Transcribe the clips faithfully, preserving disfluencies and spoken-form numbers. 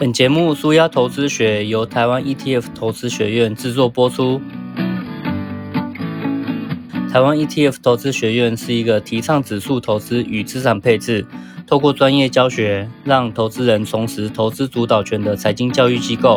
本节目舒压投资学由台湾 E T F 投资学院制作播出。台湾 E T F 投资学院是一个提倡指数投资与资产配置，透过专业教学，让投资人重拾投资主导权的财经教育机构。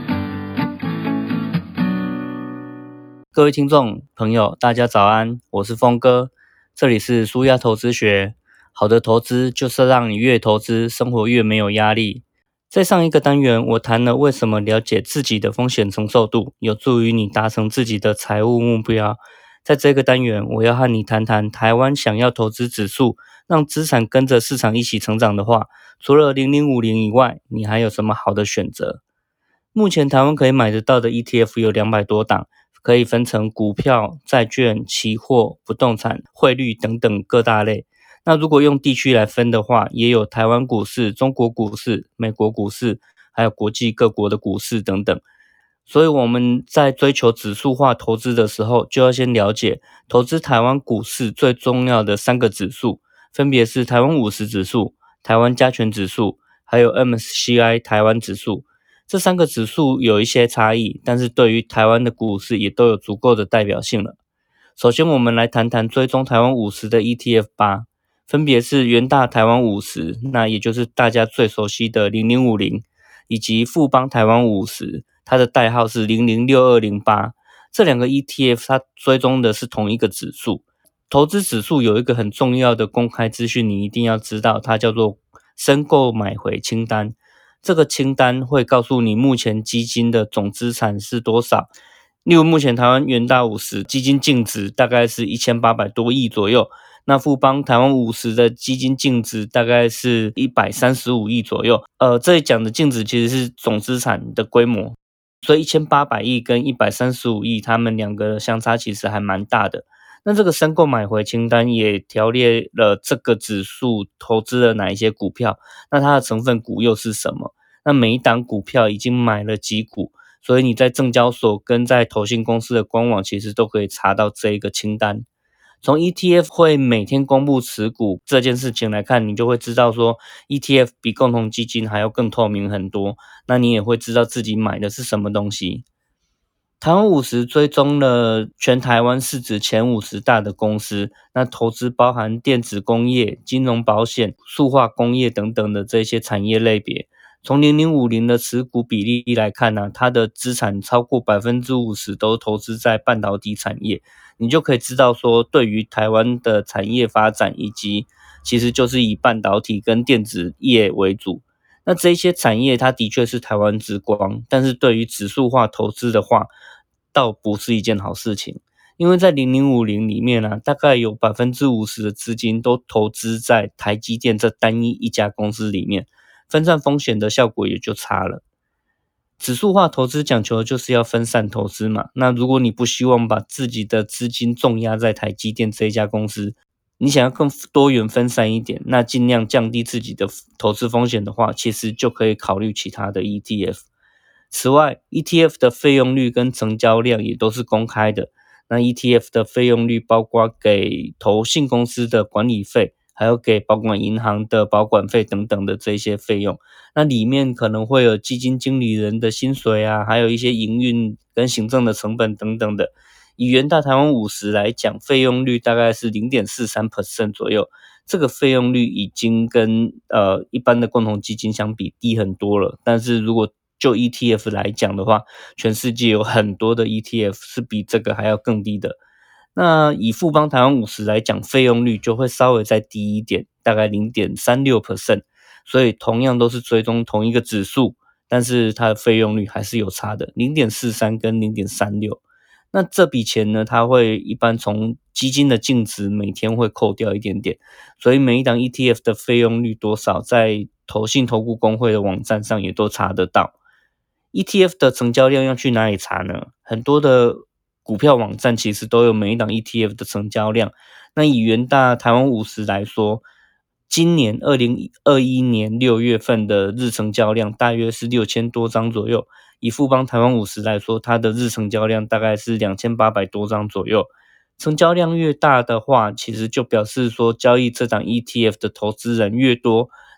各位听众朋友，大家早安，我是峰哥，这里是舒压投资学。好的投资就是让你越投资，生活越没有压力。在上一个单元，我谈了为什么了解自己的风险承受度有助于你达成自己的财务目标。在这个单元，我要和你谈谈台湾想要投资指数，让资产跟着市场一起成长的话，除了零零五零以外，你还有什么好的选择？目前台湾可以买得到的 E T F 有两百多档，可以分成股票、债券、期货、不动产、汇率等等各大类。那如果用地区来分的话，也有台湾股市、中国股市、美国股市，还有国际各国的股市等等。所以我们在追求指数化投资的时候，就要先了解投资台湾股市最重要的三个指数，分别是台湾五十指数、台湾加权指数，还有 M S C I 台湾指数。这三个指数有一些差异，但是对于台湾的股市也都有足够的代表性了。首先我们来谈谈追踪台湾五十的 E T F 八，分别是元大台湾五十，那也就是大家最熟悉的零零五零，以及富邦台湾五十，它的代号是零零六二零八。这两个 E T F 它追踪的是同一个指数。投资指数有一个很重要的公开资讯，你一定要知道，它叫做申购买回清单。这个清单会告诉你目前基金的总资产是多少。例如目前台湾元大五十基金净值大概是一千八百多亿左右，那富邦台湾五十的基金净值大概是一百三十五亿左右。呃，这里讲的净值其实是总资产的规模，所以一千八百亿跟一百三十五亿，他们两个的相差其实还蛮大的。那这个申购买回清单也条列了这个指数投资了哪一些股票，那它的成分股又是什么？那每一档股票已经买了几股？所以你在证交所跟在投信公司的官网其实都可以查到这一个清单。从 E T F 会每天公布持股这件事情来看，你就会知道说 E T F 比共同基金还要更透明很多，那你也会知道自己买的是什么东西。台湾五十追踪了全台湾市值前五十大的公司，那投资包含电子工业、金融保险、塑化工业等等的这些产业类别。从零零五零的持股比例来看呢、啊，它的资产超过 百分之五十 都投资在半导体产业，你就可以知道说对于台湾的产业发展以及其实就是以半导体跟电子业为主。那这些产业它的确是台湾之光，但是对于指数化投资的话，倒不是一件好事情。因为在零零五零里面呢、啊，大概有 百分之五十 的资金都投资在台积电这单一一家公司里面，分散风险的效果也就差了。指数化投资讲求的就是要分散投资嘛，那如果你不希望把自己的资金重压在台积电这一家公司，你想要更多元分散一点，那尽量降低自己的投资风险的话，其实就可以考虑其他的 E T F。 此外 E T F 的费用率跟成交量也都是公开的，那 E T F 的费用率包括给投信公司的管理费，还有给保管银行的保管费等等的这些费用，那里面可能会有基金经理人的薪水啊，还有一些营运跟行政的成本等等的。以元大台湾五十来讲，费用率大概是 百分之零点四三 左右，这个费用率已经跟呃一般的共同基金相比低很多了。但是如果就 E T F 来讲的话，全世界有很多的 E T F 是比这个还要更低的。那以富邦台湾五十来讲，费用率就会稍微再低一点，大概 百分之零点三六， 所以同样都是追踪同一个指数，但是它的费用率还是有差的， 零点四三 跟 零点三六。那这笔钱呢，它会一般从基金的净值每天会扣掉一点点，所以每一档 E T F 的费用率多少，在投信投顾公会的网站上也都查得到。E T F 的成交量要去哪里查呢？很多的股票网站其实都有每一档 E T F 的成交量。那以元大台湾五十来说，今年二零二一年六月份的日成交量大约是六千多张左右，以富邦台湾五十来说，它的日成交量大概是两千八百多张左右。成交量越大的话，其实就表示说交易这档 E T F 的投资人越多，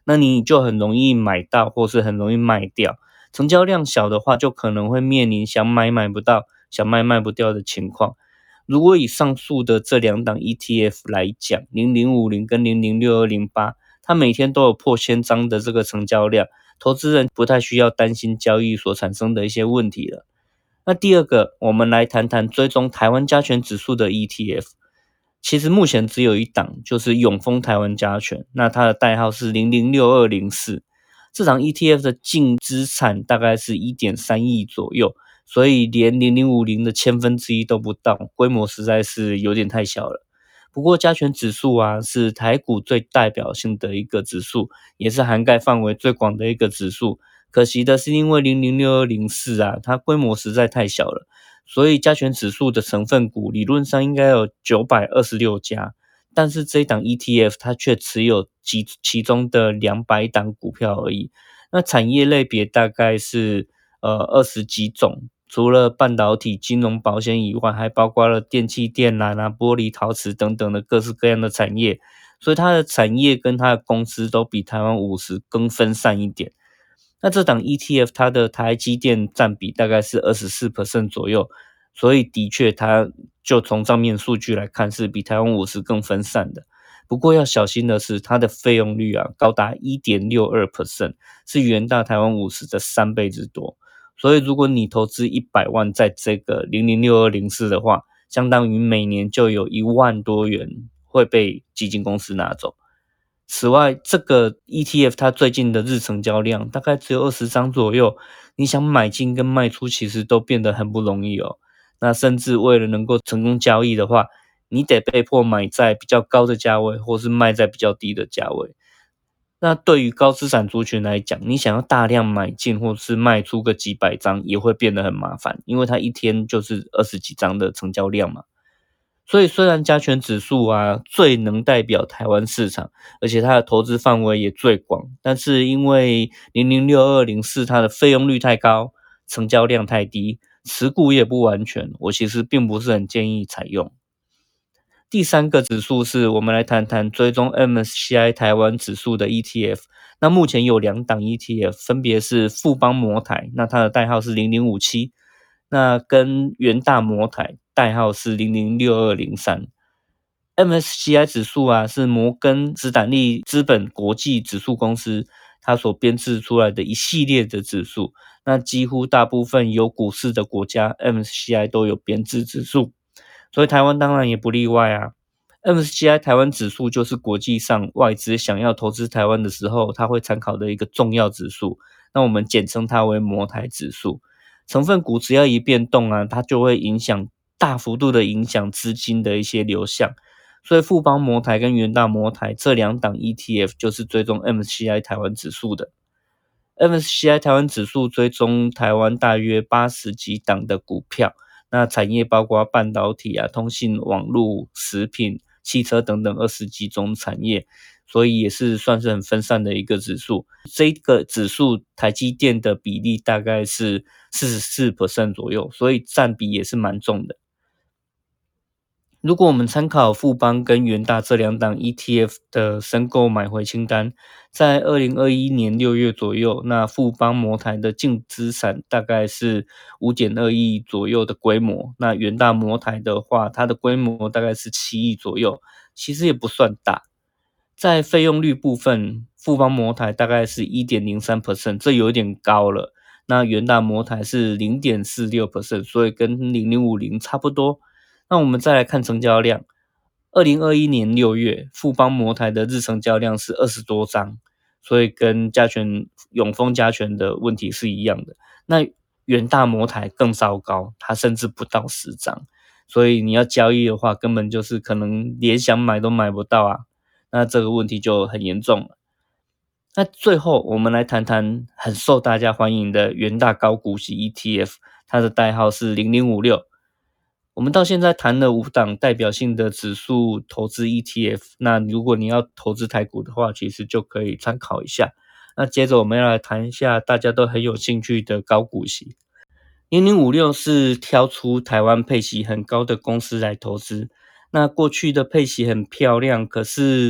那你就很容易买到或是很容易卖掉。成交量小的话，就可能会面临想买买不到，想卖卖不掉的情况。如果以上述的这两档 E T F 来讲，零零五零跟零零六二零八，它每天都有破千张的这个成交量，投资人不太需要担心交易所产生的一些问题了。那第二个，我们来谈谈追踪台湾加权指数的 E T F。其实目前只有一档，就是永丰台湾加权，那它的代号是零零六二零四。这档 E T F 的净资产大概是 一点三亿左右，所以连零零五零的千分之一都不到，规模实在是有点太小了。不过加权指数啊，是台股最代表性的一个指数，也是涵盖范围最广的一个指数。可惜的是因为零零六二零四啊，它规模实在太小了，所以加权指数的成分股理论上应该有九百二十六家，但是这一档 E T F 它却持有其其中的两百档股票而已。那产业类别大概是呃二十几种，除了半导体、金融、保险以外，还包括了电器电缆啊、玻璃、陶瓷等等的各式各样的产业，所以它的产业跟它的公司都比台湾五十更分散一点。那这档 E T F 它的台积电占比大概是 百分之二十四 左右，所以的确它就从账面数据来看是比台湾五十更分散的。不过要小心的是，它的费用率啊高达 百分之一点六二， 是远大台湾五十的三倍之多。所以如果你投资一百万在这个零零六二零四的话，相当于每年就有一万多元会被基金公司拿走。此外，这个 E T F 它最近的日成交量大概只有二十张左右，你想买进跟卖出其实都变得很不容易哦。那甚至为了能够成功交易的话，你得被迫买在比较高的价位，或是卖在比较低的价位。那对于高资产族群来讲，你想要大量买进或是卖出个几百张也会变得很麻烦，因为它一天就是二十几张的成交量嘛。所以虽然加权指数啊最能代表台湾市场，而且它的投资范围也最广，但是因为零零六二零四它的费用率太高，成交量太低，持股也不完全，我其实并不是很建议采用。第三个指数是我们来谈谈追踪 M S C I 台湾指数的 E T F。那目前有两档 E T F， 分别是富邦摩台，那它的代号是零零五七，那跟元大摩台代号是零零六二零三。M S C I 指数啊，是摩根士丹利资本国际指数公司它所编制出来的一系列的指数，那几乎大部分有股市的国家 M S C I 都有编制指数，所以台湾当然也不例外啊。M S C I 台湾指数就是国际上外资想要投资台湾的时候，它会参考的一个重要指数，那我们简称它为摩台指数。成分股只要一变动啊，它就会影响大幅度的影响资金的一些流向。所以富邦摩台跟元大摩台这两档 E T F 就是追踪 M S C I 台湾指数的。M S C I 台湾指数追踪台湾大约八十几档的股票，那产业包括半导体啊、通信网络、食品、汽车等等二十几种产业，所以也是算是很分散的一个指数。这个指数台积电的比例大概是 百分之四十四 左右，所以占比也是蛮重的。如果我们参考富邦跟元大这两档 E T F 的申购买回清单，在二零二一年六月左右，那富邦摩台的净资产大概是 五点二亿左右的规模，那元大摩台的话，它的规模大概是七亿左右，其实也不算大。在费用率部分，富邦摩台大概是 百分之一点零三， 这有点高了，那元大摩台是 百分之零点四六， 所以跟零零五零差不多。那我们再来看成交量，二零二一年六月，富邦摩台的日成交量是二十多张，所以跟加权永丰加权的问题是一样的。那元大摩台更糟糕，它甚至不到十张，所以你要交易的话，根本就是可能连想买都买不到啊。那这个问题就很严重了。那最后我们来谈谈很受大家欢迎的元大高股息 E T F， 它的代号是零零五六。我们到现在谈了五档代表性的指数投资 E T F， 那如果你要投资台股的话，其实就可以参考一下。那接着我们要来谈一下大家都很有兴趣的高股息。零零五六是挑出台湾配息很高的公司来投资，那过去的配息很漂亮，可是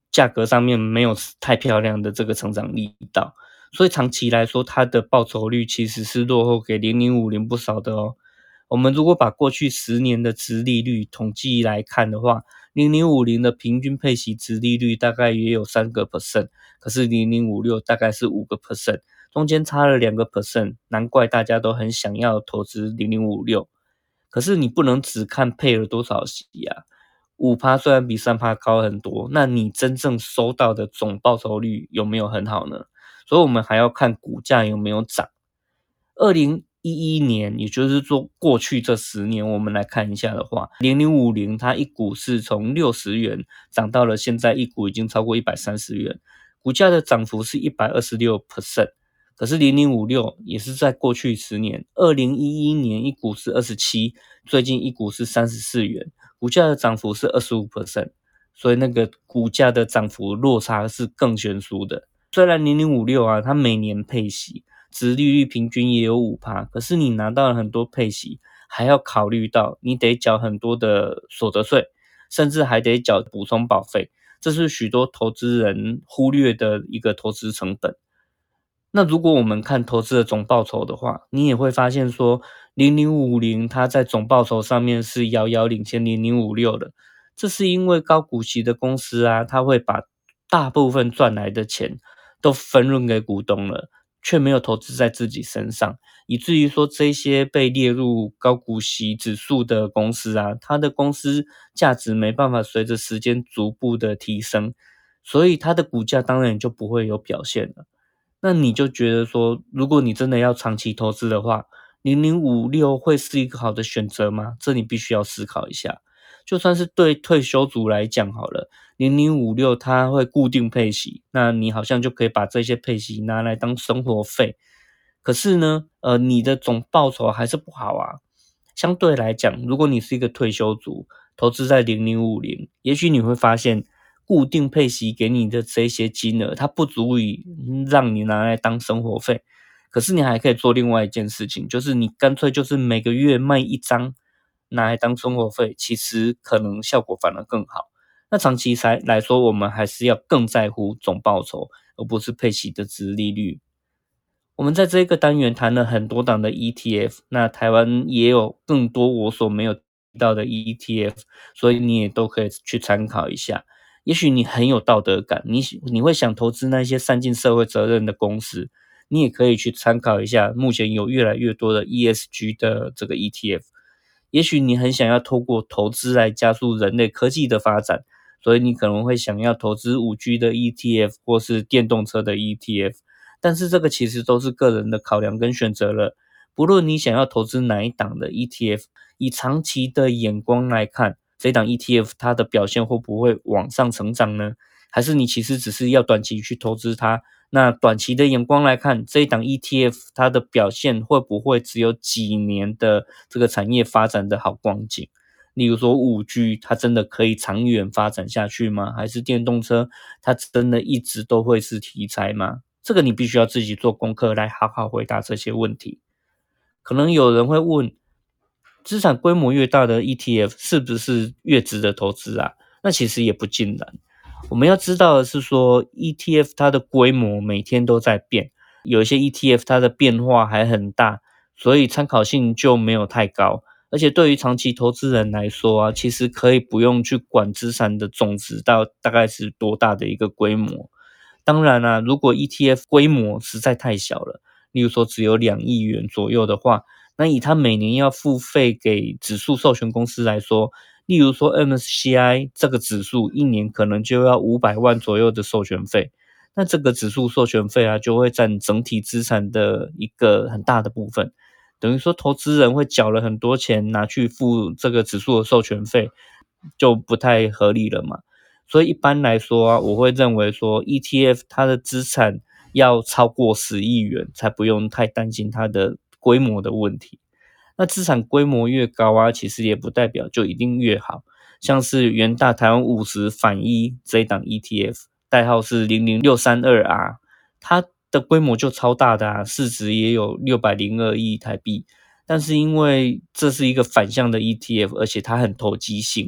价格上面没有太漂亮的这个成长力道，所以长期来说它的报酬率其实是落后给零零五零不少的哦。我们如果把过去十年的殖利率统计来看的话，零零五零的平均配息殖利率大概也有 百分之三， 可是零零五六大概是 百分之五， 中间差了 百分之二， 难怪大家都很想要投资零零五六。可是你不能只看配了多少息啊， 百分之五 虽然比 百分之三 高很多，那你真正收到的总报酬率有没有很好呢？所以我们还要看股价有没有涨。二零一一年，也就是说过去这十年，我们来看一下的话，零零五零它一股是从六十元涨到了现在一股已经超过一百三十元，股价的涨幅是 百分之一百二十六。可是零零五六也是在过去十年，二零一一年一股是二十七，最近一股是三十四元，股价的涨幅是 百分之二十五， 所以那个股价的涨幅落差是更悬殊的。虽然零零五六啊，它每年配息，殖利率平均也有 百分之五， 可是你拿到了很多配息，还要考虑到你得缴很多的所得税，甚至还得缴补充保费，这是许多投资人忽略的一个投资成本。那如果我们看投资的总报酬的话，你也会发现说零零五零它在总报酬上面是遥遥领先零零五六的，这是因为高股息的公司啊，它会把大部分赚来的钱都分润给股东了，却没有投资在自己身上，以至于说这些被列入高股息指数的公司啊，它的公司价值没办法随着时间逐步的提升，所以它的股价当然就不会有表现了。那你就觉得说，如果你真的要长期投资的话，零零五六会是一个好的选择吗？这你必须要思考一下。就算是对退休族来讲好了，零零五六它会固定配息，那你好像就可以把这些配息拿来当生活费。可是呢，呃，你的总报酬还是不好啊。相对来讲，如果你是一个退休族，投资在零零五零，也许你会发现固定配息给你的这些金额，它不足以让你拿来当生活费。可是你还可以做另外一件事情，就是你干脆就是每个月卖一张拿来当生活费，其实可能效果反而更好。那长期来说，我们还是要更在乎总报酬，而不是配息的殖利率。我们在这个单元谈了很多档的 E T F， 那台湾也有更多我所没有提到的 E T F， 所以你也都可以去参考一下。也许你很有道德感，你你会想投资那些善尽社会责任的公司，你也可以去参考一下目前有越来越多的 E S G 的这个 E T F。也许你很想要透过投资来加速人类科技的发展，所以你可能会想要投资 五 G 的 E T F 或是电动车的 E T F， 但是这个其实都是个人的考量跟选择了。不论你想要投资哪一档的 E T F， 以长期的眼光来看，这档 E T F 它的表现会不会往上成长呢？还是你其实只是要短期去投资它，那短期的眼光来看，这一档 E T F 它的表现会不会只有几年的这个产业发展的好光景？例如说 五 G 它真的可以长远发展下去吗？还是电动车它真的一直都会是题材吗？这个你必须要自己做功课来好好回答这些问题。可能有人会问，资产规模越大的 E T F 是不是越值得投资啊？那其实也不尽然。我们要知道的是说 E T F 它的规模每天都在变，有一些 E T F 它的变化还很大，所以参考性就没有太高。而且对于长期投资人来说啊，其实可以不用去管资产的总值到大概是多大的一个规模。当然啦、啊，如果 E T F 规模实在太小了，例如说只有两亿元左右的话，那以它每年要付费给指数授权公司来说，例如说 M S C I 这个指数一年可能就要五百万左右的授权费，那这个指数授权费啊，就会占整体资产的一个很大的部分，等于说投资人会缴了很多钱拿去付这个指数的授权费，就不太合理了嘛。所以一般来说啊，我会认为说 E T F 它的资产要超过十亿元，才不用太担心它的规模的问题。那资产规模越高啊，其实也不代表就一定越好。像是元大台湾五十反一这一档 E T F， 代号是 零零六三二 R， 它的规模就超大的啊，市值也有六百零二亿台币。但是因为这是一个反向的 E T F， 而且它很投机性，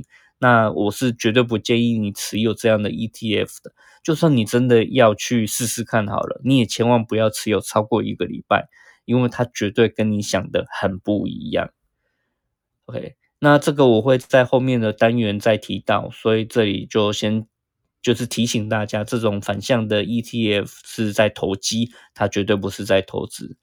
那我是绝对不建议你持有这样的 E T F 的。就算你真的要去试试看好了，你也千万不要持有超过一个礼拜，因为它绝对跟你想的很不一样。OK， 那这个我会在后面的单元再提到，所以这里就先就是提醒大家，这种反向的 E T F 是在投机，它绝对不是在投资。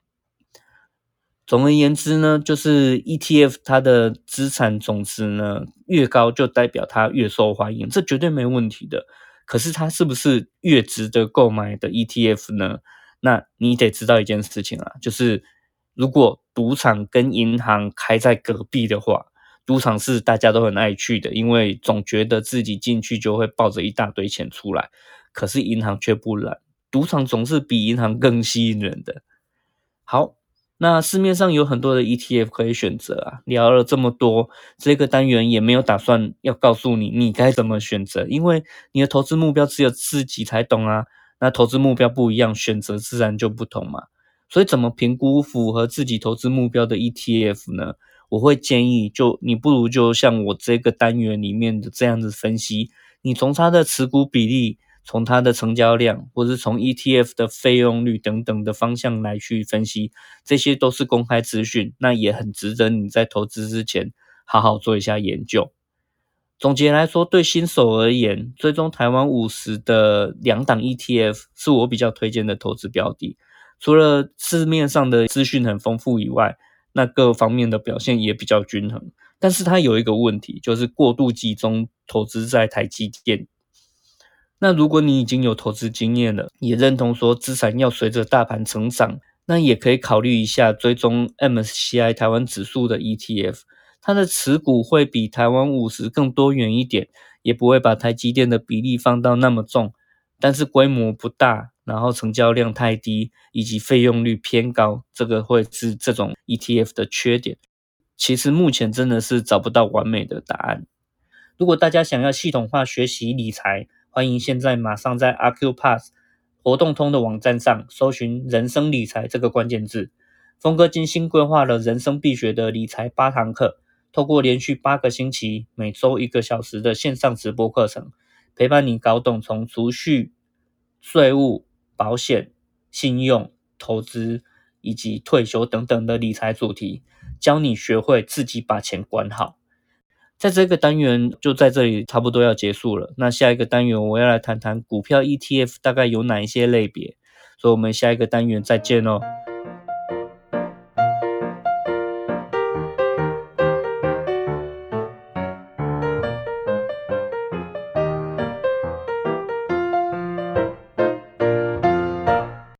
总而言之呢，就是 E T F 它的资产总值呢越高，就代表它越受欢迎，这绝对没问题的。可是它是不是越值得购买的 E T F 呢？那你得知道一件事情啊，就是如果赌场跟银行开在隔壁的话，赌场是大家都很爱去的，因为总觉得自己进去就会抱着一大堆钱出来。可是银行却不然，赌场总是比银行更吸引人的。好，那市面上有很多的 E T F 可以选择啊，聊了这么多，这个单元也没有打算要告诉你你该怎么选择，因为你的投资目标只有自己才懂啊，那投资目标不一样，选择自然就不同嘛。所以怎么评估符合自己投资目标的 E T F 呢？我会建议就你不如就像我这个单元里面的这样子分析，你从它的持股比例，从它的成交量，或是从 E T F 的费用率等等的方向来去分析，这些都是公开资讯，那也很值得你在投资之前好好做一下研究。总结来说，对新手而言，追踪台湾五十的两档 E T F 是我比较推荐的投资标的。除了市面上的资讯很丰富以外，那各方面的表现也比较均衡。但是它有一个问题，就是过度集中投资在台积电。那如果你已经有投资经验了，也认同说资产要随着大盘成长，那也可以考虑一下追踪 M S C I 台湾指数的 E T F， 它的持股会比台湾五十更多元一点，也不会把台积电的比例放到那么重，但是规模不大，然后成交量太低，以及费用率偏高，这个会是这种 E T F 的缺点。其实目前真的是找不到完美的答案。如果大家想要系统化学习理财，欢迎现在马上在 A Q Pass 活动通的网站上搜寻人生理财这个关键字。峰哥精心规划了人生必学的理财八堂课，透过连续八个星期，每周一个小时的线上直播课程，陪伴你搞懂从储蓄、税务、保险、信用、投资以及退休等等的理财主题，教你学会自己把钱管好。在这个单元就在这里差不多要结束了，那下一个单元我要来谈谈股票 E T F 大概有哪一些类别，所以我们下一个单元再见哦。